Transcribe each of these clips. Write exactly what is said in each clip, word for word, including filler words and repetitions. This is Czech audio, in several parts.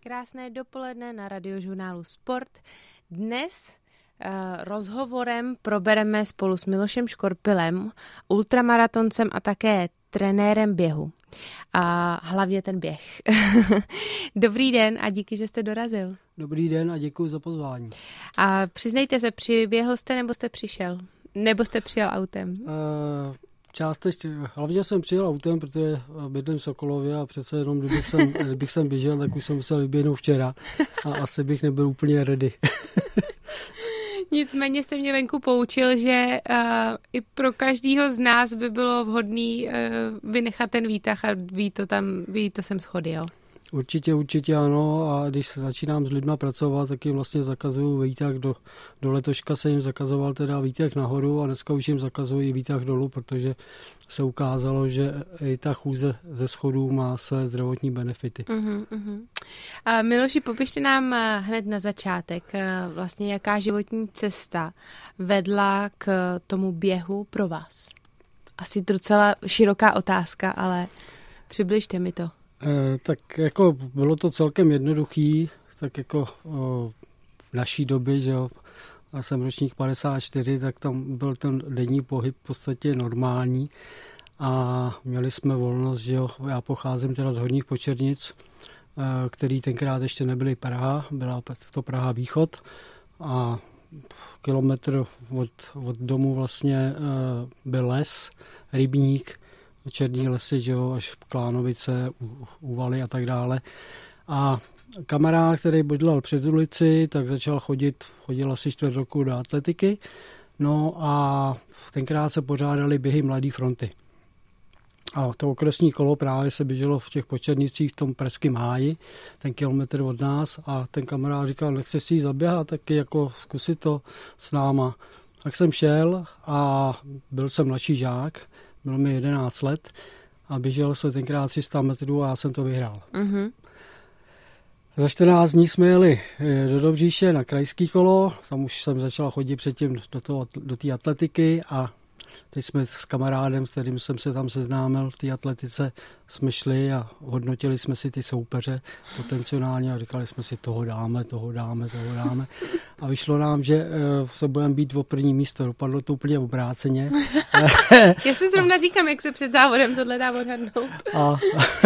Krásné dopoledne na radiožurnálu Sport. Dnes uh, rozhovorem probereme spolu s Milošem Škorpilem, ultramaratoncem a také trenérem běhu. A hlavně ten běh. Dobrý den a díky, že jste dorazil. Dobrý den a děkuji za pozvání. A přiznejte se, přiběhl jste nebo jste přišel? Nebo jste přijel autem? Uh, částečně, hlavně jsem přijel autem, protože bydlím v Sokolově a přece jenom, kdybych jsem, kdybych jsem běžel, tak už jsem musel vyběhnout včera a asi bych nebyl úplně ready. Nicméně jste mě venku poučil, že uh, i pro každýho z nás by bylo vhodný uh, vynechat ten výtah a ví to tam, ví to sem schody, jo? Určitě, určitě ano, a když začínám s lidma pracovat, tak jim vlastně zakazuju výtah do, do letoška jsem jim zakazoval teda výtah nahoru a dneska už jim zakazuji výtah dolů, protože se ukázalo, že i ta chůze ze schodů má své zdravotní benefity. Uh-huh, uh-huh. A Miloši, popište nám hned na začátek, vlastně jaká životní cesta vedla k tomu běhu pro vás? Asi docela široká otázka, ale přibližte mi to. Eh, tak jako bylo to celkem jednoduchý, tak jako o, v naší době, že jo, já jsem ročník padesát čtyři, tak tam byl ten denní pohyb v podstatě normální a měli jsme volnost, že jo, já pocházím teda z Horních Počernic, eh, který tenkrát ještě nebyly Praha, byla to Praha východ a kilometr od, od domu vlastně eh, byl les, rybník, Černý lesy, že jo, až Klánovice, Úvaly a tak dále. A kamarád, který bydlel přes ulici, tak začal chodit, chodil asi čtvrt roku do atletiky. No a tenkrát se pořádaly běhy Mladé fronty. A to okresní kolo právě se běželo v těch Počernicích v tom Pražském háji, ten kilometr od nás a ten kamarád říkal, nechceš si ji zaběhat, taky jako zkusit to s náma. Tak jsem šel a byl jsem mladší žák, bylo mi jedenáct let a běžel se tenkrát tři sta metrů a já jsem to vyhrál. Mm-hmm. Za čtrnáct dní jsme jeli do Dobříše na krajský kolo, tam už jsem začal chodit předtím do, toho, do té atletiky a teď jsme s kamarádem, s kterým jsem se tam seznámil v té atletice, jsme šli a hodnotili jsme si ty soupeře potenciálně a říkali jsme si, toho dáme, toho dáme, toho dáme. A vyšlo nám, že se budeme být o první místo. Dopadlo to úplně obráceně. Já si zrovna říkám, jak se před závodem tohle dá odhadnout. A,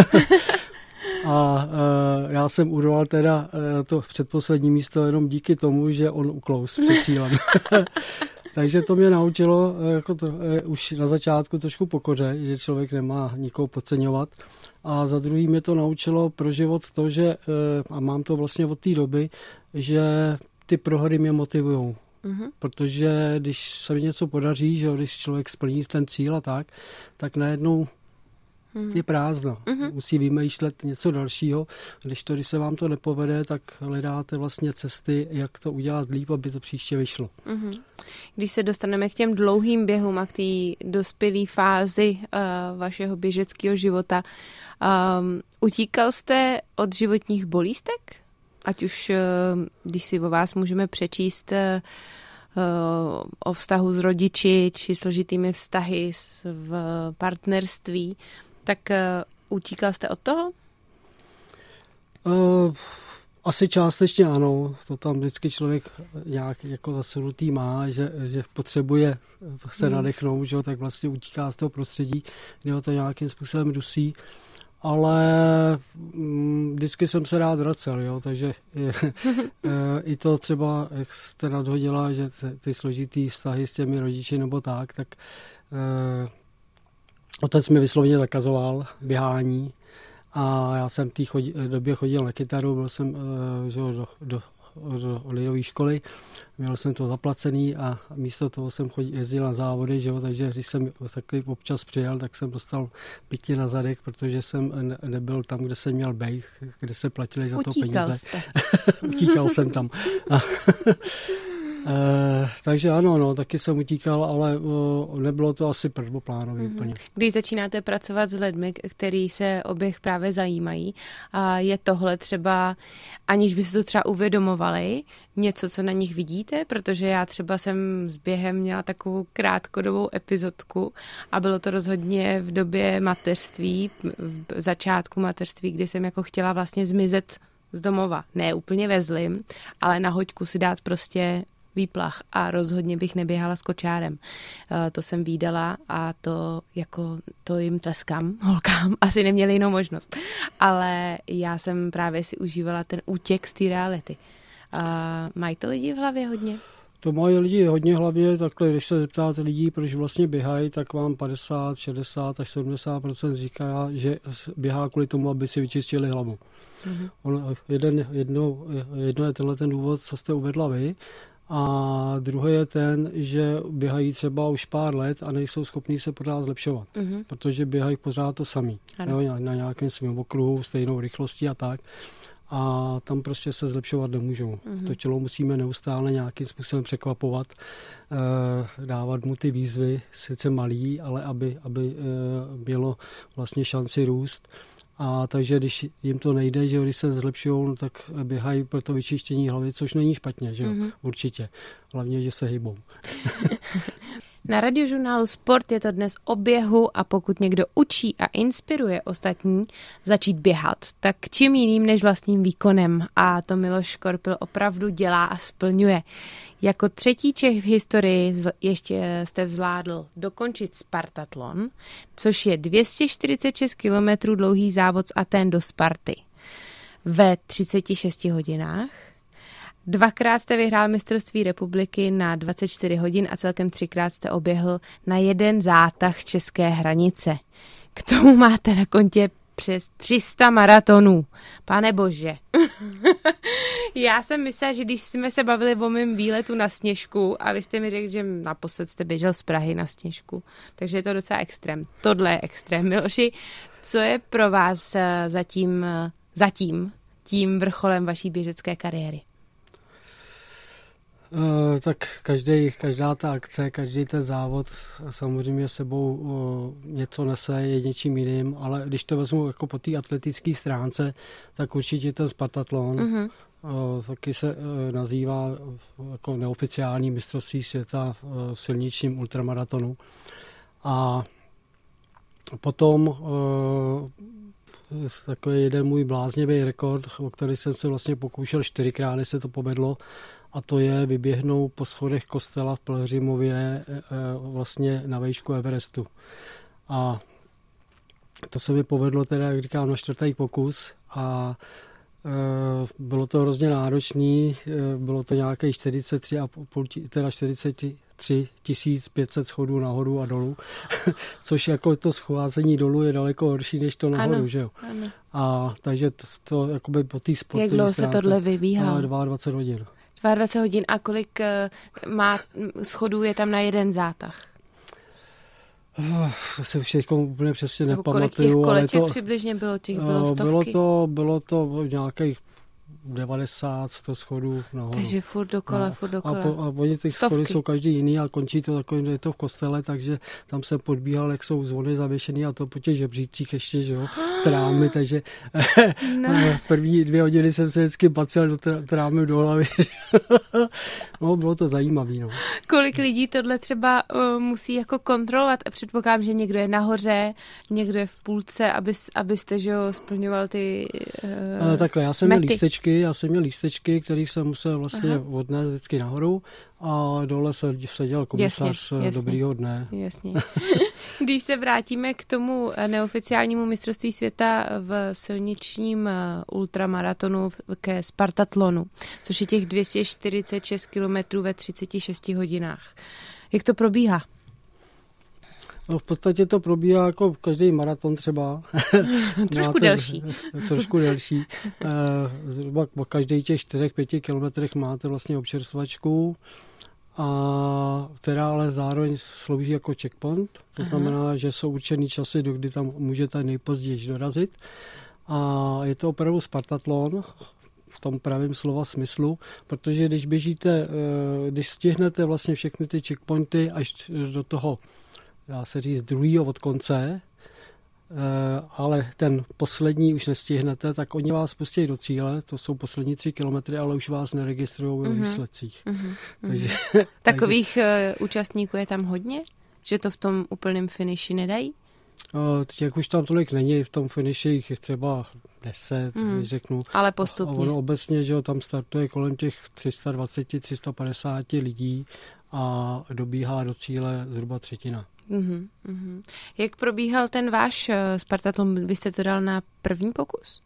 a já jsem urval teda to předposlední místo jenom díky tomu, že on uklous před cílem. Takže to mě naučilo jako to, už na začátku trošku pokoře, že člověk nemá nikoho podceňovat. A za druhý mě to naučilo pro život to, že, a mám to vlastně od té doby, že ty prohry mě motivujou. Mm-hmm. Protože když se mi něco podaří, že když člověk splní ten cíl a tak, tak najednou mm-hmm. je prázdno. Mm-hmm. Musí vymýšlet něco dalšího. Když to, když se vám to nepovede, tak hledáte vlastně cesty, jak to udělat líp, aby to příště vyšlo. Mm-hmm. Když se dostaneme k těm dlouhým běhům a k té dospělé fázi uh, vašeho běžeckého života, um, utíkal jste od životních bolístek? Ať už, když si o vás můžeme přečíst o vztahu s rodiči či složitými vztahy v partnerství, tak utíkal jste od toho? Uh, asi částečně ano. To tam vždycky člověk nějak jako zasunutý má, že, že potřebuje se hmm. nadechnout, že, tak vlastně utíká z toho prostředí, kde ho to nějakým způsobem dusí. Ale mm, vždycky jsem se rád vracel, jo, takže je, e, i to třeba, jak jste nadhodila, že ty, ty složitý vztahy s těmi rodiči nebo tak, tak e, otec mi vysloveně zakazoval běhání a já jsem v té chodí, době chodil na kytaru, byl jsem e, že, do, do, do lidové školy, měl jsem to zaplacený a místo toho jsem chodil, jezdil na závody, že jo, takže když jsem taky občas přijel, tak jsem dostal pití na zadek, protože jsem ne, nebyl tam, kde jsem měl být, kde se platili za to peníze. Utíkal jsem tam. E, takže ano, no, taky jsem utíkal, ale o, nebylo to asi prvoplánový mm-hmm. úplně. Když začínáte pracovat s lidmi, kteří se o běh právě zajímají, a je tohle třeba, aniž by se to třeba uvědomovali, něco, co na nich vidíte, protože já třeba jsem s během měla takovou krátkodobou epizodku a bylo to rozhodně v době mateřství, v začátku mateřství, kdy jsem jako chtěla vlastně zmizet z domova ne úplně vezlim, ale na hoďku si dát prostě výplach a rozhodně bych neběhala s kočárem. To jsem vídala a to jako to jim tleskám holkám, asi neměli jinou možnost. Ale já jsem právě si užívala ten útěk z té reality. Mají to lidi v hlavě hodně? To mají lidi hodně hlavně, takhle, když se zeptáte lidí, proč vlastně běhají, tak vám padesát, šedesát až sedmdesát procent říká, že běhá kvůli tomu, aby si vyčistili hlavu. Mm-hmm. On, jeden, jedno, jedno je tenhle ten důvod, co jste uvedla vy, a druhý je ten, že běhají třeba už pár let a nejsou schopní se pořád zlepšovat, mm-hmm. protože běhají pořád to samý, jo, na nějakém svém okruhu, stejnou rychlostí a tak. A tam prostě se zlepšovat nemůžou. Mm-hmm. To tělo musíme neustále nějakým způsobem překvapovat, e, dávat mu ty výzvy, sice malý, ale aby, aby e, mělo vlastně šanci růst. A takže když jim to nejde, že když se zlepšují, no, tak běhají pro to vyčištění hlavy, což není špatně, že jo? Mm-hmm. Určitě. Hlavně, že se hýbou. Na radiožurnálu Sport je to dnes o běhu a pokud někdo učí a inspiruje ostatní začít běhat, tak čím jiným než vlastním výkonem. A to Miloš Škorpil opravdu dělá a splňuje. Jako třetí Čech v historii ještě jste zvládl dokončit Spartatlon, což je dvě stě čtyřicet šest kilometrů dlouhý závod z Athén do Sparty ve třiceti šesti hodinách. Dvakrát jste vyhrál mistrovství republiky na dvacet čtyři hodin a celkem třikrát jste oběhl na jeden zátah české hranice. K tomu máte na kontě přes tři sta maratonů. Pane bože. Já jsem myslela, že když jsme se bavili o mém výletu na Sněžku a vy jste mi řekl, že naposled jste běžel z Prahy na Sněžku, takže je to docela extrém. Tohle je extrém. Miloši, co je pro vás zatím, zatím tím vrcholem vaší běžecké kariéry? Uh, tak každý, každá ta akce, každý ten závod samozřejmě sebou uh, něco nese, je něčím jiným, ale když to vezmu jako po té atletické stránce, tak určitě ten Spartatlon, mm-hmm. uh, taky se uh, nazývá uh, jako neoficiální mistrovství světa uh, v silničním ultramaratonu. A potom uh, takový jeden můj bláznivý rekord, o který jsem se vlastně pokoušel čtyřikrát, než se to povedlo, a to je vyběhnout po schodech kostela v Pelhřimově vlastně na výšku Everestu. A to se mi povedlo teda, jak říkám, na čtvrtý pokus a bylo to hrozně náročný, bylo to nějakých čtyřicet tři, teda čtyřicet tři tisíc pět set schodů nahoru a dolů, což jako to scházení dolů je daleko horší než to nahoru, ano, že jo. Ano. A takže to, to jakoby po té sportovní Jak dlouho se tohle vybíhal? dvacet dva hodin. dvacet dva hodin a kolik uh, má schodů je tam na jeden zátah? To se už teď úplně přesně Nebo nepamatuju. Kolik těch koleček to, přibližně bylo? Těch bylo stovky? Bylo to, bylo to nějakých devadesát, sto schodů nahoru. Takže furt dokola, no. furt dokola. A, po, a oni ty schody jsou každý jiný a končí to takovým, je to v kostele, takže tam se podbíhal, jak jsou zvony zavěšený a to po těch žebřících ještě, že jo, trámy, takže no. první dvě hodiny jsem se vždycky bacel do trámy do hlavy. No, bylo to zajímavé, no. Kolik lidí tohle třeba uh, musí jako kontrolovat a předpokládám, že někdo je nahoře, někdo je v půlce, abys, abyste, že jo, splňoval ty uh, Takhle, já jsem mety. měl lístečky, já jsem měl lístečky, který jsem musel vlastně Aha. odnést vždycky nahoru a dole se seděl komisař dobrýho dne. Jasně. Když se vrátíme k tomu neoficiálnímu mistrovství světa v silničním ultramaratonu ke Spartatlonu, což je těch dvě stě čtyřicet šest kilometrů ve třiceti šesti hodinách. Jak to probíhá? No, v podstatě to probíhá jako každý maraton třeba. Trošku delší. Trošku delší. Zhruba po každých těch čtyřech, pěti kilometrech máte vlastně občerstvačku, a která ale zároveň slouží jako checkpoint. To znamená, Aha. že jsou určený časy, do kdy tam můžete nejpozději dorazit. A je to opravdu Spartatlon v tom pravém slova smyslu, protože když běžíte, když stihnete vlastně všechny ty checkpointy až do toho, dá se říct, druhýho od konce, ale ten poslední už nestihnete, tak oni vás pustí do cíle, to jsou poslední tři kilometry, ale už vás neregistrují ve výsledcích. Uh-huh, takže, uh-huh. Takových takže, účastníků je tam hodně? Že to v tom úplném finiši nedají? Jak už tam tolik není, v tom finiši jich třeba deset, mm. řeknu. Ale postupně. A ono obecně, že jo, tam startuje kolem těch tři sta dvacet, tři sta padesát lidí a dobíhá do cíle zhruba třetina. Mm-hmm, mm-hmm. Jak probíhal ten váš uh, Spartatlon? Vy jste to dal na první pokus?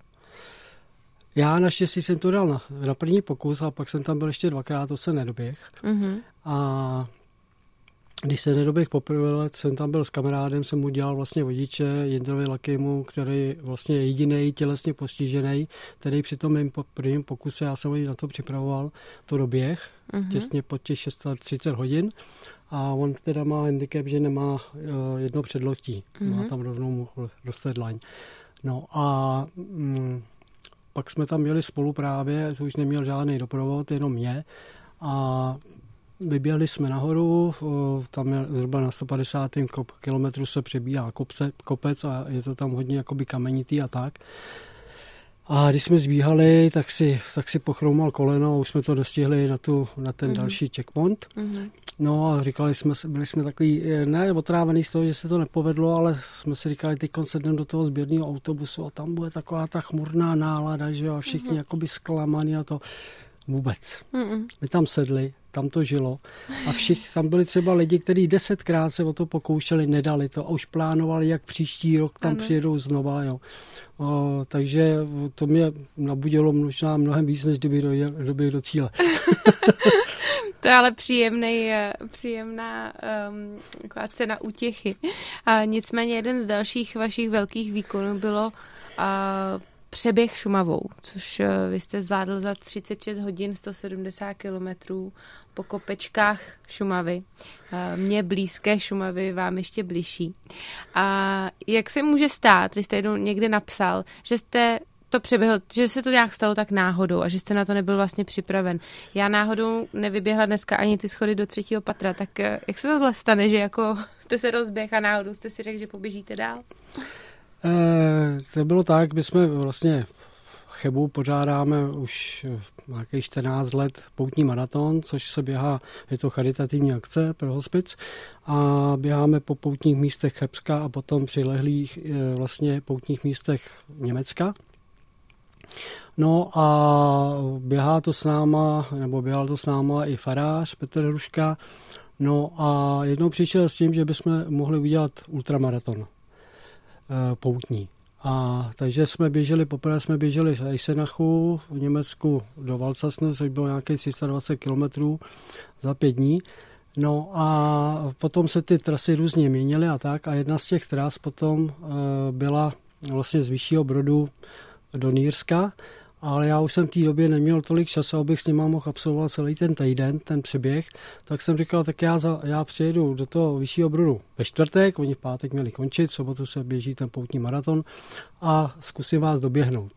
Já naštěstí jsem to dal na, na první pokus, a pak jsem tam byl ještě dvakrát, to se nedoběh. Mm-hmm. A když se nedoběh poprvé, jsem tam byl s kamarádem, jsem mu dělal vlastně vodiče Jindrovi Lakejmu, který vlastně je jediný tělesně postižený, který při tom mým prvním pokuse, já jsem ho na to připravoval, to doběh, mm-hmm. těsně pod těch třicet šest hodin. A on teda má handicap, že nemá uh, jedno předloktí, mm-hmm. má tam rovnou mu roste dlaň. No a mm, pak jsme tam měli spolu právě, to už neměl žádný doprovod, jenom mě. A vyběhli jsme nahoru, tam je zhruba na sto padesát kilometrů se přebíhá kopce, kopec a je to tam hodně jakoby kamenitý a tak. A když jsme zbíhali, tak si, tak si pochroumal koleno a už jsme to dostihli na, tu, na ten mm-hmm. další checkpoint. Mm-hmm. No a říkali jsme, byli jsme takový, ne otrávený z toho, že se to nepovedlo, ale jsme si říkali, teď sedneme do toho sběrného autobusu a tam bude taková ta chmurná nálada, že jo, a všichni mm-hmm. jakoby zklamaný a to vůbec. Mm-mm. My tam sedli, tam to žilo a všichni, tam byli třeba lidi, kteří desetkrát se o to pokoušeli, nedali to a už plánovali, jak příští rok tam ano. přijedou znova, jo. O, takže to mě nabudilo možná mnohem víc, než kdyby dojel, kdyby do cíle. To je ale příjemný, příjemná um, taková cena útěchy. A nicméně jeden z dalších vašich velkých výkonů bylo uh, přeběh Šumavou, což uh, vy jste zvládl za třicet šest hodin, sto sedmdesát kilometrů po kopečkách Šumavy. Uh, mně blízké Šumavy, vám ještě bližší. A jak se může stát, vy jste jednou někde napsal, že jste to přeběhl, že se to nějak stalo tak náhodou a že jste na to nebyl vlastně připraven. Já náhodou nevyběhla dneska ani ty schody do třetího patra, tak jak se tohle stane, že jako jste se rozběh a náhodou jste si řekl, že poběžíte dál? E, to bylo tak, my jsme vlastně v Chebu pořádáme už nějakých čtrnáct let poutní maraton, což se běhá, je to charitativní akce pro hospic a běháme po poutních místech Chebska a potom přilehlých vlastně poutních místech Německa. No a běhá to s náma, nebo běhal to s náma i farář Petr Hruška. No a jednou přišel s tím, že bychom mohli udělat ultramaraton e, poutní. A takže jsme běželi, poprvé jsme běželi z Eisenachu v Německu do Valsasnu, což bylo nějakých tři sta dvacet kilometrů za pět dní. No a potom se ty trasy různě měnily a tak. A jedna z těch tras potom e, byla vlastně z Vyššího Brodu do Nýrska, ale já už jsem v té době neměl tolik času, abych s nima mohl absolvovat celý ten týden, ten přeběh, tak jsem říkal, tak já, za, já přijedu do toho Vyššího Brodu ve čtvrtek, oni v pátek měli končit, v sobotu se běží ten poutní maraton a zkusím vás doběhnout.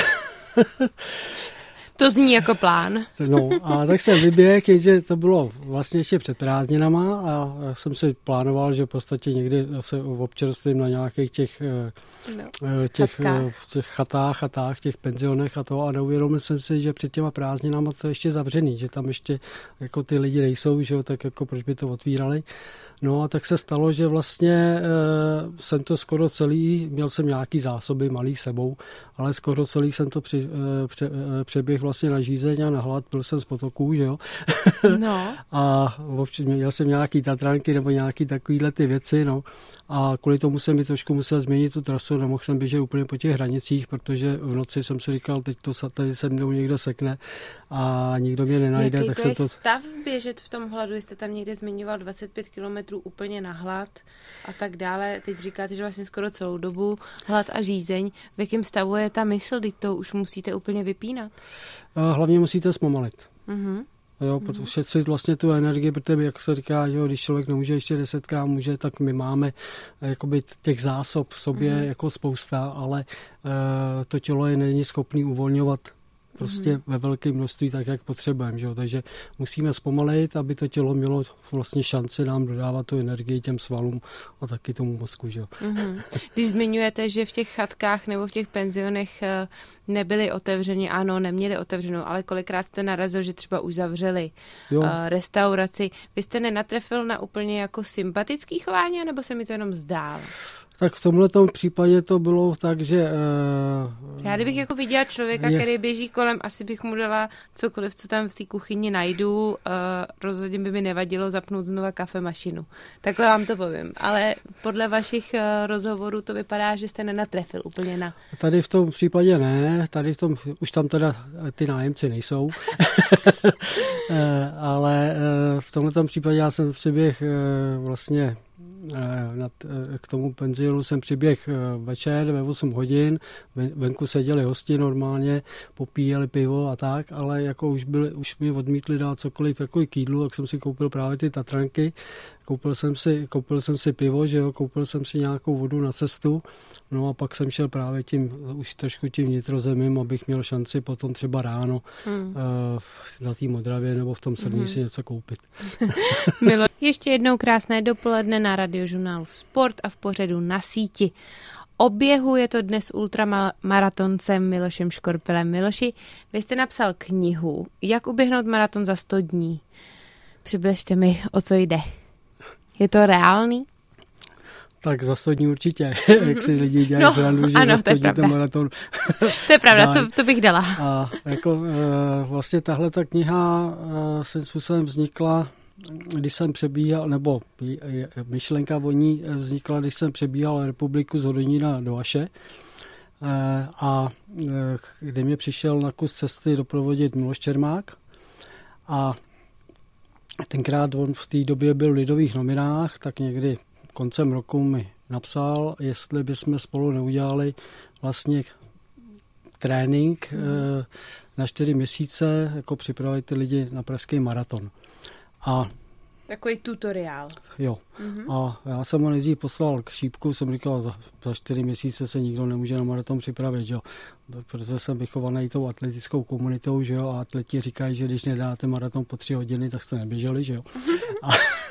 To zní jako plán. No a tak jsem vyběhl, jenže to bylo vlastně ještě před prázdninama a jsem si plánoval, že v podstatě někdy se občerstvím na nějakých těch, no, těch, chatkách. těch chatách, chatách, těch penzionech a to a neuvědomil jsem si, že před těma prázdninama to je ještě zavřený, že tam ještě jako ty lidi nejsou, že jo, tak jako proč by to otvírali. No a tak se stalo, že vlastně e, jsem to skoro celý, měl jsem nějaký zásoby malý sebou, ale skoro celý jsem to při, e, pře, e, přeběh vlastně na žízeň a na hlad, byl jsem z potoků, že jo. No. A občas měl jsem nějaký tatranky nebo nějaký takovýhle ty věci, no. A kvůli tomu jsem mi trošku musel změnit tu trasu, nemohl jsem běžet úplně po těch hranicích, protože v noci jsem si říkal, teď to tady se mnou někdo sekne a nikdo mě nenajde. Jaký tak to jsem je to... stav běžet v tom hladu? Jste tam někde zmiňoval dvacet pět kilometrů úplně na hlad a tak dále. Teď říkáte, že vlastně skoro celou dobu hlad a žízeň. V jakém stavu je ta mysl, když to už musíte úplně vypínat? Hlavně musíte zpomalit. Mhm. Jo, mm-hmm. šetřit vlastně tu energii, protože jak se říká, že když člověk nemůže ještě desetkrát může, tak my máme jakoby těch zásob v sobě mm-hmm. jako spousta, ale uh, to tělo je není schopný uvolňovat prostě mm-hmm. ve velkém množství tak, jak potřebujeme. Že? Takže musíme zpomalit, aby to tělo mělo vlastně šanci nám dodávat tu energii těm svalům a taky tomu mozku. Že? Mm-hmm. Když zmiňujete, že v těch chatkách nebo v těch penzionech nebyly otevřeni, ano, neměli otevřenou, ale kolikrát jste narazil, že třeba už zavřeli jo. restauraci. Vy jste nenatrefil na úplně jako sympatický chování, nebo se mi to jenom zdálo? Tak v tomhletom případě to bylo tak, že... Uh, Já kdybych jako viděla člověka, je... který běží kolem, asi bych mu dala cokoliv, co tam v té kuchyni najdu. Uh, rozhodně by mi nevadilo zapnout znova kafemašinu. Takhle vám to povím. Ale podle vašich uh, rozhovorů to vypadá, že jste nenatrefil úplně na... Tady v tom případě ne. Tady v tom, už tam teda ty nájemci nejsou. uh, ale uh, v tomhletom případě já jsem přiběh uh, vlastně... Nad, k tomu penzionu jsem přiběh večer ve osm hodin, venku seděli hosti normálně, popíjeli pivo a tak, ale jako už, byli, už mi odmítli dát cokoliv jako k jídlu, tak jsem si koupil právě ty Tatranky, koupil jsem si, koupil jsem si pivo, že jo, koupil jsem si nějakou vodu na cestu, no a pak jsem šel právě tím, už trošku tím vnitrozemím, abych měl šanci potom třeba ráno hmm. uh, na té Modravě nebo v tom Srní hmm. si něco koupit. Milo, ještě jednou krásné dopoledne na Radiožurnálu Sport a v pořadu Na síti. O běhu je to dnes ultramaratoncem Milošem Škorpilem. Miloši, vy jste napsal knihu Jak uběhnout maraton za sto dní. Přibližte mi, o co jde. Je to reálný? Tak za sto dní určitě, jak si lidi dělají no, zrandu, že ano, za sto dní ten maraton. To je pravda, to, to bych dala. A jako vlastně tahle ta kniha svým způsobem vznikla, když jsem přebíhal, nebo myšlenka o ní vznikla, když jsem přebíhal republiku z Hodonína do Aše a kde mě přišel na kus cesty doprovodit Miloš Čermák a tenkrát on v té době byl v Lidových novinách, tak někdy koncem roku mi napsal, jestli bychom spolu neudělali vlastně trénink mm. na čtyři měsíce, jako připravit ty lidi na pražský maraton. A takový tutoriál. Jo. Mm-hmm. A já jsem ho nejdřív poslal k Šípku, jsem říkal, za, za čtyři měsíce se nikdo nemůže na maraton připravit, jo. Protože jsem vychovaný tou atletickou komunitou, že jo, a atleti říkají, že když nedáte maraton po tři hodiny, tak jste neběželi, že jo. A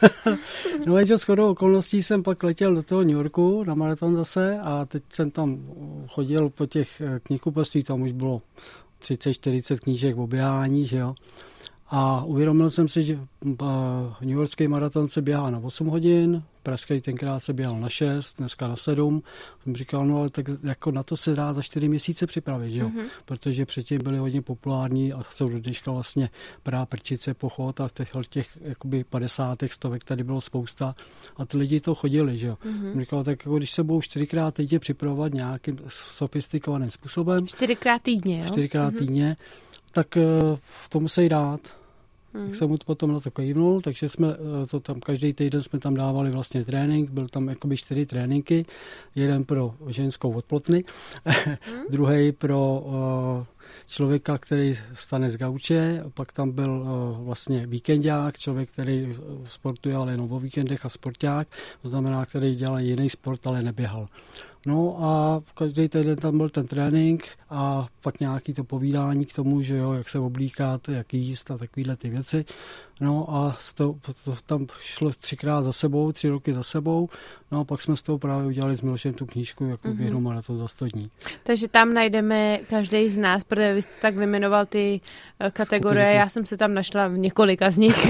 no jenže shodou okolností jsem pak letěl do toho New Yorku na maraton zase a teď jsem tam chodil po těch knihkupectví, tam už bylo třicet čtyřicet knížek v oběhání, že jo. A uvědomil jsem si, že New Yorkský maraton se běhá na osm hodin, pražský tenkrát se běhal na šest, dneska na sedm. Jsem říkal, no ale tak jako na to se dá za čtyři měsíce připravit, že jo? Mm-hmm. Protože předtím byly hodně populární a jsou do dneška vlastně Praha, Prčice, Pochod a těch, těch jakoby padesátých, stovek tady bylo spousta a ty lidi to chodili, že jo? Mm-hmm. Jsem říkal, tak jako když se budou čtyřikrát týdně připravovat nějakým sofistikovaným způsobem. Čtyřikrát týdně, jo? Čtyřikrát mm-hmm. týdně. Tak to musí dát. Hmm. Tak jsem mu potom na to kývnul, takže jsme to tam každý týden jsme tam dávali vlastně trénink, byl tam jakoby čtyři tréninky, jeden pro ženskou od Plotny, hmm. druhý pro uh, člověka, který stane z gauče, pak tam byl uh, vlastně víkendák, člověk, který sportuje ale jenom o víkendech a sporták, to znamená, který dělal jiný sport, ale neběhal. No a každý týden tam byl ten trénink a pak nějaký to povídání k tomu, že jo, jak se oblíkat, jak jíst a takovéhle ty věci. No a to, to tam šlo třikrát za sebou, tři roky za sebou. No a pak jsme z toho právě udělali s Milošem tu knížku, jak mm-hmm. uběhnout maraton za sto dní. Takže tam najdeme každý z nás, protože vy jste tak vyjmenoval ty kategorie, Skupinky. Já jsem se tam našla v několika z nich.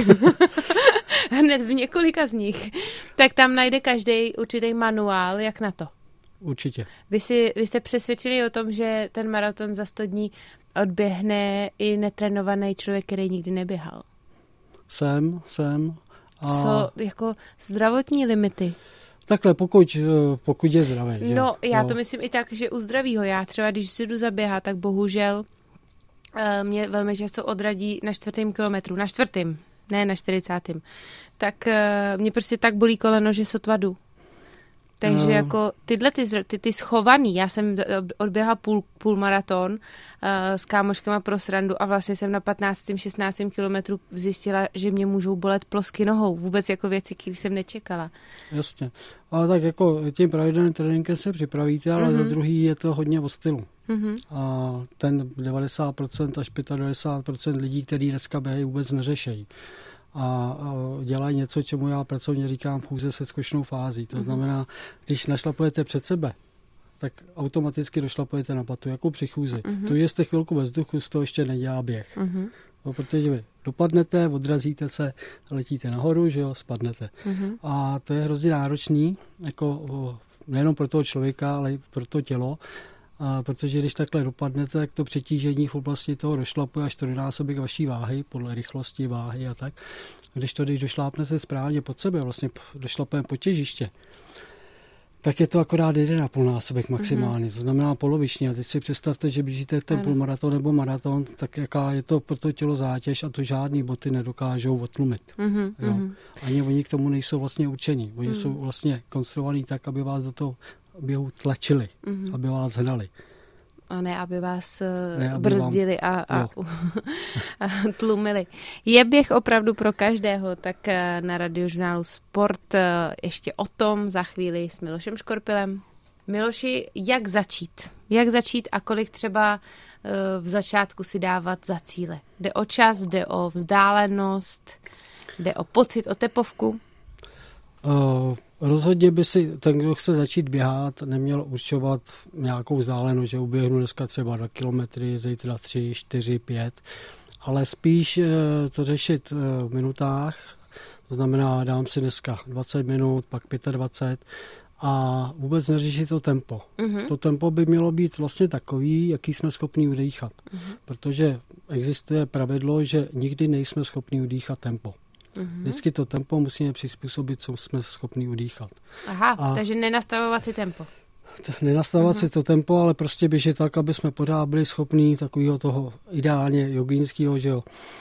Hned v několika z nich. Tak tam najde každý určitý manuál, jak na to. Určitě. Vy, si, vy jste přesvědčili o tom, že ten maraton za sto dní odběhne i netrénovaný člověk, který nikdy neběhal? Jsem, jsem. A... Co jako zdravotní limity? Takhle, pokud, pokud je zdravý. Že? No, já no. to myslím i tak, že u zdravýho. Já třeba, když si jdu zaběhat, tak bohužel mě velmi často odradí na čtvrtém kilometru. Na čtvrtém, ne na čtyřicátém. Tak mě prostě tak bolí koleno, že sotva jdu. Takže no. jako tyhle ty, ty, ty schovaný, já jsem odběhla půl, půl maraton uh, s kámoškama pro srandu a vlastně jsem na patnáctém šestnáctém kilometru zjistila, že mě můžou bolet plosky nohou. Vůbec jako věci, které jsem nečekala. Jasně. Ale tak jako tím pravidelným tréninkem se připravíte, ale mm-hmm. za druhý je to hodně o stylu. Mm-hmm. A ten devadesát procent až devadesát pět procent lidí, kteří dneska běhají, vůbec neřešejí. A dělají něco, čemu já pracovně říkám chůze se zkušenou fází. To znamená, když našlapujete před sebe, tak automaticky došlapujete na patu, jako při chůzi. Uh-huh. To, že jste chvilku ve vzduchu, z toho ještě nedělá běh. Uh-huh. No, protože vy dopadnete, odrazíte se, letíte nahoru, že jo, spadnete. Uh-huh. A to je hrozně náročný, jako nejenom pro toho člověka, ale i pro to tělo. A protože když takhle dopadnete, tak to přetížení v oblasti toho došlapu až čtyřnásobek vaší váhy, podle rychlosti váhy a tak. Když to, když došlápnete správně pod sebe, vlastně došlapeme po těžiště, tak je to akorát jeden a půl násobek maximálně, mm-hmm. to znamená polovičně. A teď si představte, že běžíte ten půlmaraton nebo maraton, tak jaká je to pro to tělo zátěž a to žádný boty nedokážou otlumit. Mm-hmm. Jo. Ani oni k tomu nejsou vlastně určení. Oni mm-hmm. jsou vlastně konstruovaní tak, aby vás do toho běhu tlačili, mm-hmm. aby vás hnali. A ne, aby vás ne, aby brzdili vám... a, a, a tlumili. Je běh opravdu pro každého, tak na Radiožurnálu Sport ještě o tom za chvíli s Milošem Škorpilem. Miloši, jak začít? Jak začít a kolik třeba v začátku si dávat za cíle? Jde o čas, jde o vzdálenost, jde o pocit, o tepovku? Uh... Rozhodně by si ten, kdo chce začít běhat, neměl určovat nějakou vzdálenost, že uběhnu dneska třeba dva kilometry, zítra tři, čtyři, pět, ale spíš to řešit v minutách, to znamená dám si dneska dvacet minut, pak dvacet pět a vůbec neřešit to tempo. Mm-hmm. To tempo by mělo být vlastně takový, jaký jsme schopni udýchat, mm-hmm. protože existuje pravidlo, že nikdy nejsme schopni udýchat tempo. Uhum. Vždycky to tempo musíme přizpůsobit, co jsme schopni udýchat. Aha, a takže nenastavovat si tempo. Nenastavovat uhum. si to tempo, ale prostě běžet tak, aby jsme pořád byli schopní takového toho ideálně jogínského, že jo.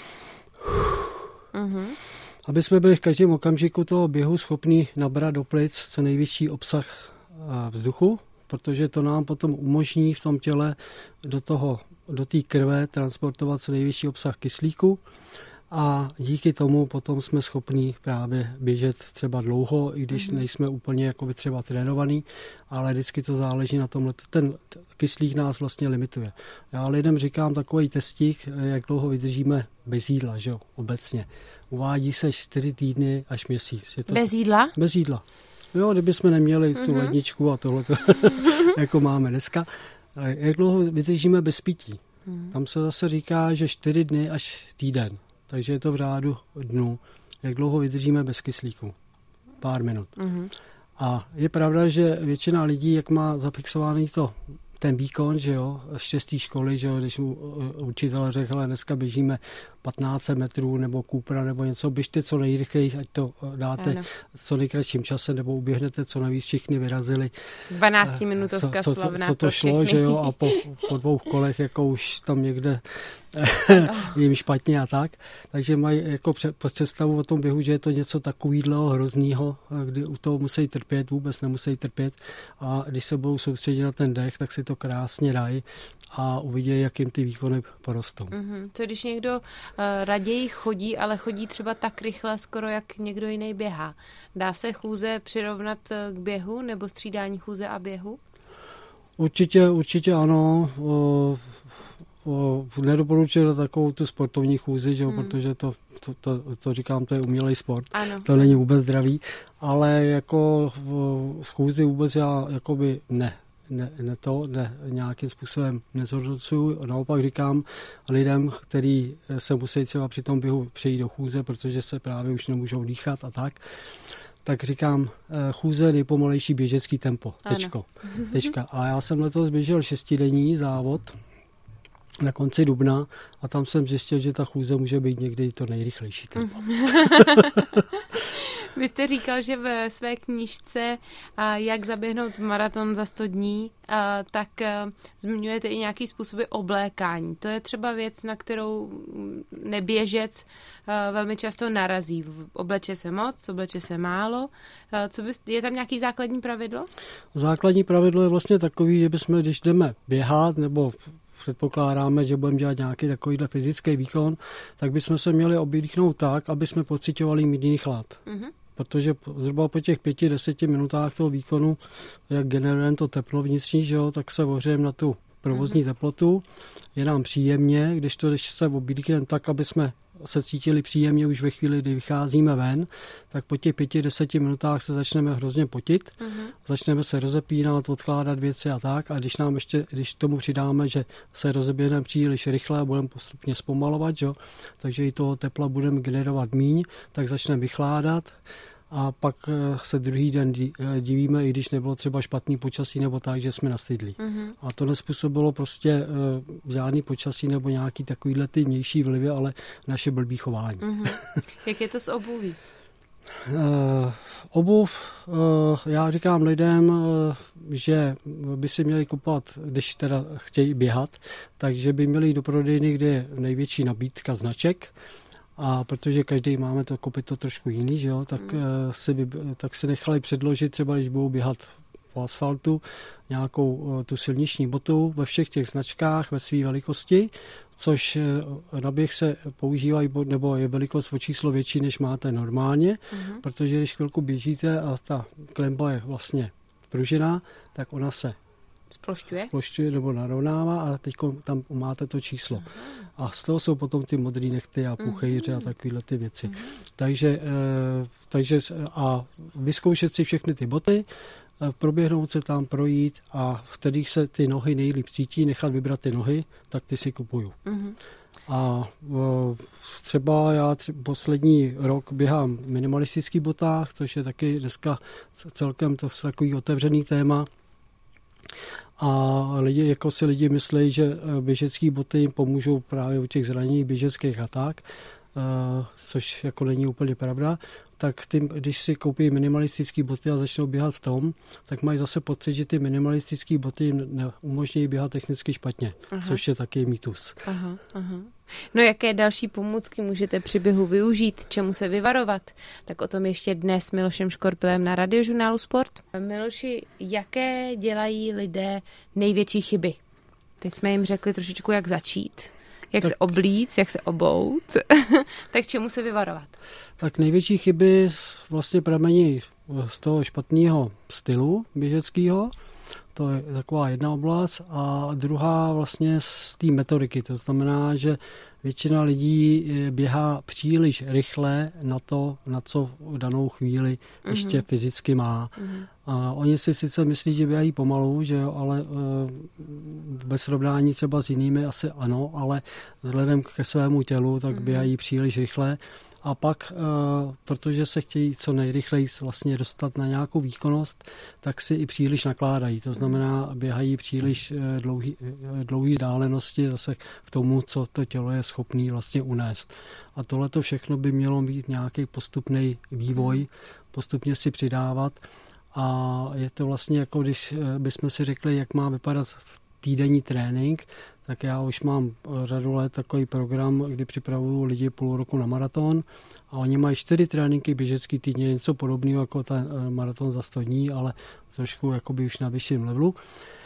Uhum. Aby jsme byli v každém okamžiku toho běhu schopní nabrat do plic co největší obsah vzduchu, protože to nám potom umožní v tom těle do toho, do té krve transportovat co největší obsah kyslíku. A díky tomu potom jsme schopní právě běžet třeba dlouho, i když mm-hmm. nejsme úplně jakoby třeba trénovaný, ale vždycky to záleží na tomhle. Ten kyslík nás vlastně limituje. Já lidem říkám takový testík, jak dlouho vydržíme bez jídla, že jo, obecně. Uvádí se čtyři týdny až měsíc. Je to bez jídla? Bez jídla. Jo, kdybychom neměli mm-hmm. tu ledničku a tohleto, jako máme dneska. Jak dlouho vydržíme bez pití? Mm-hmm. Tam se zase říká, že čtyři dny až týden. Takže je to v řádu dnů. Jak dlouho vydržíme bez kyslíku? Pár minut. Mm-hmm. A je pravda, že většina lidí, jak má zafixovaný to, ten výkon, že jo, z šesté školy, že jo, když mu učitel řekl, ale dneska běžíme patnáct metrů nebo Coopera nebo něco, běžte co nejrychleji, ať to dáte ano. co nejkratším čase, nebo uběhnete, co navíc všichni vyrazili. dvanáctiminutovka co, slavná co, co to šlo, všechny. že jo, a po, po dvou kolech jako už tam někde jim špatně a tak. Takže mají jako představu o tom běhu, že je to něco takového hroznýho, kdy u toho musí trpět, vůbec nemusí trpět a když se budou soustředit na ten dech, tak si to krásně dají a uvidí, jak jim ty výkony porostou. Mm-hmm. Co když někdo uh, raději chodí, ale chodí třeba tak rychle, skoro jak někdo jiný běhá? Dá se chůze přirovnat k běhu nebo střídání chůze a běhu? Určitě, určitě ano. O, o, nedoporučuji takovou tu sportovní chůzi, že? Hmm. protože to, to, to, to říkám, to je umělej sport. Ano. To není vůbec zdravý, ale jako z chůzi vůbec já jakoby ne. Ne, ne to, ne, nějakým způsobem nezhodnocuju. Naopak říkám lidem, kteří se musí třeba při tom běhu přejít do chůze, protože se právě už nemůžou dýchat a tak, tak říkám, chůze nejpomalejší běžecký tempo. Tečko. Tečka. A já jsem letos běžel šestidenní závod na konci dubna a tam jsem zjistil, že ta chůze může být někdy to nejrychlejší tempo. Vy jste říkal, že ve své knížce Jak zaběhnout maraton za sto dní, tak zmiňujete i nějaký způsoby oblékání. To je třeba věc, na kterou neběžec velmi často narazí. Obleče se moc, obleče se málo. Co by, je tam nějaký základní pravidlo? Základní pravidlo je vlastně takový, že bychom, když jdeme běhat nebo předpokládáme, že budeme dělat nějaký takovýhle fyzický výkon, tak bychom se měli obdýchnout tak, aby jsme pociťovali mírný chlad. Mm-hmm. Protože zhruba po těch pěti, deseti minutách toho výkonu, jak generujeme to teplo vnitřní, že jo, tak se ohřejeme na tu provozní mm-hmm. teplotu. Je nám příjemně, když to když se obdýchneme tak, aby jsme se cítili příjemně už ve chvíli, kdy vycházíme ven, tak po těch pěti, deseti minutách se začneme hrozně potit, mm-hmm. začneme se rozepínat, odkládat věci a tak. A když nám ještě, když tomu přidáme, že se rozeběhneme příliš rychle a budeme postupně zpomalovat, že? Takže i toho tepla budeme generovat míň, tak začneme vychládat a pak se druhý den divíme, i když nebylo třeba špatný počasí nebo tak, že jsme nastydli. Mm-hmm. A to nespůsobilo prostě žádný počasí nebo nějaký takovýhle ty vnější vlivy, ale naše blbý chování. Mm-hmm. Jak je to s obuví? Uh, obuv, uh, já říkám lidem, uh, že by si měli kupovat, když teda chtějí běhat, takže by měli jít do prodejny, kde je největší nabídka značek, a protože každý máme to kopyto trošku jiný, že jo, tak, mm. uh, si by, tak si nechali předložit třeba, když budou běhat po asfaltu, nějakou uh, tu silniční botu ve všech těch značkách ve své velikosti, což na běh se používají, nebo je velikost o číslo větší, než máte normálně, uh-huh. protože když chvilku běžíte a ta klemba je vlastně pružená, tak ona se splošťuje, splošťuje nebo narovnává a teď tam máte to číslo. Uh-huh. A z toho jsou potom ty modrý nechty a puchejře uh-huh. a takovéhle ty věci. Uh-huh. Takže, takže a vyzkoušet si všechny ty boty, proběhnout se tam, projít a v kterých se ty nohy nejlíp cítí, nechat vybrat ty nohy, tak ty si kupuju. Mm-hmm. A třeba já tři, poslední rok běhám v minimalistických botách, což je taky dneska celkem to takový otevřený téma. A lidi, jako si lidi myslí, že běžecké boty jim pomůžou právě u těch zranění běžeckých a tak, což jako není úplně pravda. Tak ty, když si koupí minimalistické boty a začnou běhat v tom, tak mají zase pocit, že ty minimalistické boty jim neumožní běhat technicky špatně, aha. což je taky mýtus. Aha, aha. No jaké další pomůcky můžete při běhu využít, čemu se vyvarovat? Tak o tom ještě dnes s Milošem Škorpilem na Radiožurnálu Sport. Miloši, jaké dělají lidé největší chyby? Teď jsme jim řekli trošičku, jak začít. Jak tak, se oblíct, jak se obout, tak čemu se vyvarovat? Tak největší chyby vlastně pramení z toho špatného stylu běžeckého, to je taková jedna oblast, a druhá vlastně z té metodiky, to znamená, že většina lidí běhá příliš rychle na to, na co v danou chvíli mm-hmm. ještě fyzicky má. Mm-hmm. A oni si sice myslí, že běhají pomalu, že jo, ale e, bez srovnání třeba s jinými asi ano, ale vzhledem ke svému tělu, tak mm-hmm. běhají příliš rychle. A pak, e, protože se chtějí co nejrychleji vlastně dostat na nějakou výkonnost, tak si i příliš nakládají. To znamená, běhají příliš e, dlouhý, e, dlouhý vzdálenosti zase k tomu, co to tělo je schopné vlastně unést. A tohleto všechno by mělo být nějaký postupný vývoj, postupně si přidávat. A je to vlastně jako když bychom si řekli, jak má vypadat týdenní trénink, tak já už mám řadu let takový program, kdy připravuju lidi půl roku na maraton a oni mají čtyři tréninky běžecký týdně, něco podobného jako ten maraton za sto dní, ale trošku jakoby už na vyšším levelu.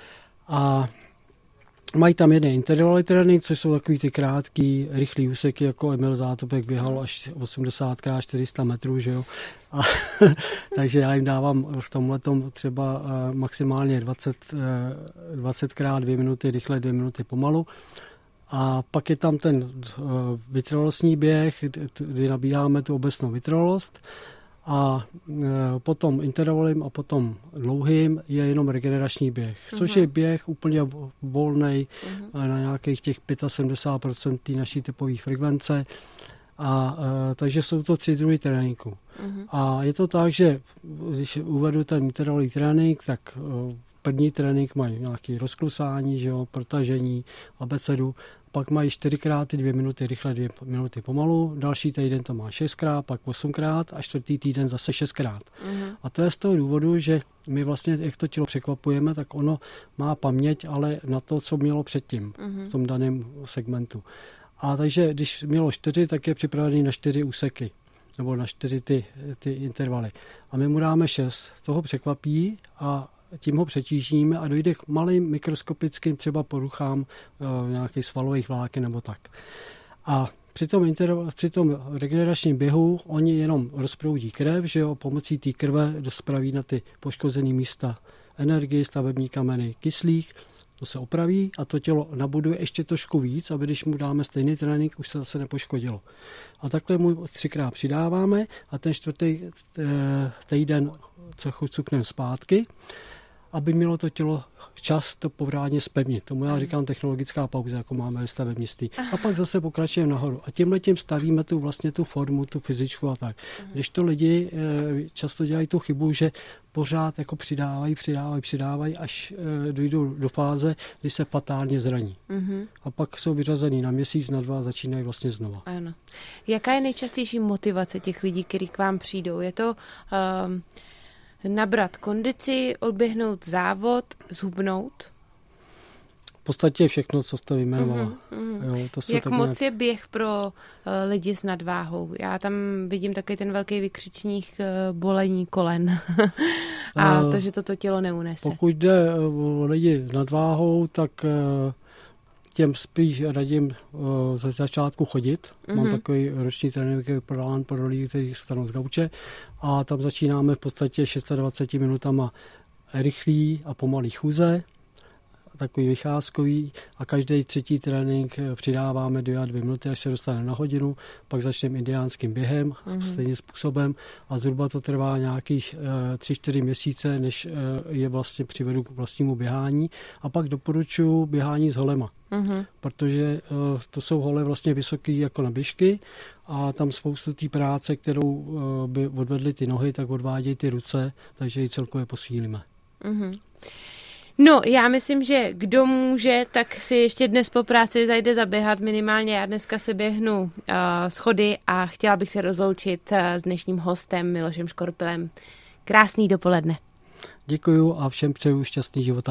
A mají tam jeden intervalový trénink, což jsou takový ty krátký, rychlý úseky, jako Emil Zátopek běhal až osmdesát krát čtyři sta metrů, že jo. A, takže já jim dávám v tomhletom třeba maximálně dvacet krát dvě minuty rychle, dvě minuty pomalu. A pak je tam ten vytrvalostní běh, kdy nabíháme tu obecnou vytrvalost. A e, potom intervalem a potom dlouhým je jenom regenerační běh, což uh-huh. je běh úplně volnej uh-huh. na nějakých těch sedmdesát pět procent té naší typové frekvence. A e, takže jsou to tři druhy tréninku. Uh-huh. A je to tak, že když uvedu ten intervalový trénink, tak e, první trénink mají nějaké rozklusání, že jo, protažení, abecedu. Pak mají čtyřikrát dvě minuty rychle, dvě minuty pomalu, další týden to má šestkrát, pak osmkrát a čtvrtý týden zase šestkrát. Uh-huh. A to je z toho důvodu, že my vlastně, jak to tělo překvapujeme, tak ono má paměť, ale na to, co mělo předtím uh-huh. v tom daném segmentu. A takže, když mělo čtyři, tak je připravený na čtyři úseky, nebo na čtyři ty, ty intervaly. A my mu dáme šest, toho překvapí a tím ho přetížíme a dojde k malým mikroskopickým třeba poruchám e, nějakých svalových vláken nebo tak. A při tom, interval, při tom regeneračním běhu oni jenom rozproudí krev, že jo, pomocí té krve dospraví na ty poškozené místa energii, stavební kameny, kyslík, to se opraví a to tělo nabuduje ještě trošku víc, aby když mu dáme stejný trénink, už se zase nepoškodilo. A takhle mu třikrát přidáváme a ten čtvrtý týden co cukneme zpátky. aby mělo to tělo čas to pořádně zpevnit. Tomu já říkám technologická pauza, jako máme ve stavebnictví. A pak zase pokračujeme nahoru. A tímhle tím stavíme tu vlastně tu formu, tu fyzičku a tak. Když to lidi často dělají tu chybu, že pořád jako přidávají, přidávají, přidávají, až dojdou do fáze, kdy se fatálně zraní. Mm-hmm. A pak jsou vyřazený na měsíc, na dva a začínají vlastně znova. Ano. Jaká je nejčastější motivace těch lidí, kteří k vám přijdou? Je to um, nabrat kondici, odběhnout závod, zhubnout? V podstatě všechno, co jste vyjmenovala. Mm-hmm. Jo, to se Jak moc nějak... je běh pro uh, lidi s nadváhou? Já tam vidím taky ten velký vykřičník uh, bolení kolen a uh, to, že toto tělo neunese. Pokud jde o lidi s nadváhou, tak uh, těm spíš radím uh, ze začátku chodit. Mm-hmm. Mám takový roční tréninkový plán pro lidi, kteří stanou z gauče a tam začínáme v podstatě dvacet šest minutama rychlý a pomalý chůze, takový vycházkový a každý třetí trénink přidáváme dvě a dvě minuty, až se dostane na hodinu, pak začneme indiánským během mm-hmm. stejným způsobem a zhruba to trvá nějakých uh, tři čtyři měsíce, než uh, je vlastně přivedu k vlastnímu běhání a pak doporučuji běhání s holema. Mm-hmm. Protože uh, to jsou hole vlastně vysoký jako na běžky a tam spoustu té práce, kterou uh, by odvedly ty nohy, tak odvádějí ty ruce, takže ji celkově posílíme. Mm-hmm. No, já myslím, že kdo může, tak si ještě dnes po práci zajde zaběhat. Minimálně já dneska se běhnu uh, schody a chtěla bych se rozloučit uh, s dnešním hostem Milošem Škorpilem. Krásný dopoledne. Děkuju a všem přeju šťastný život.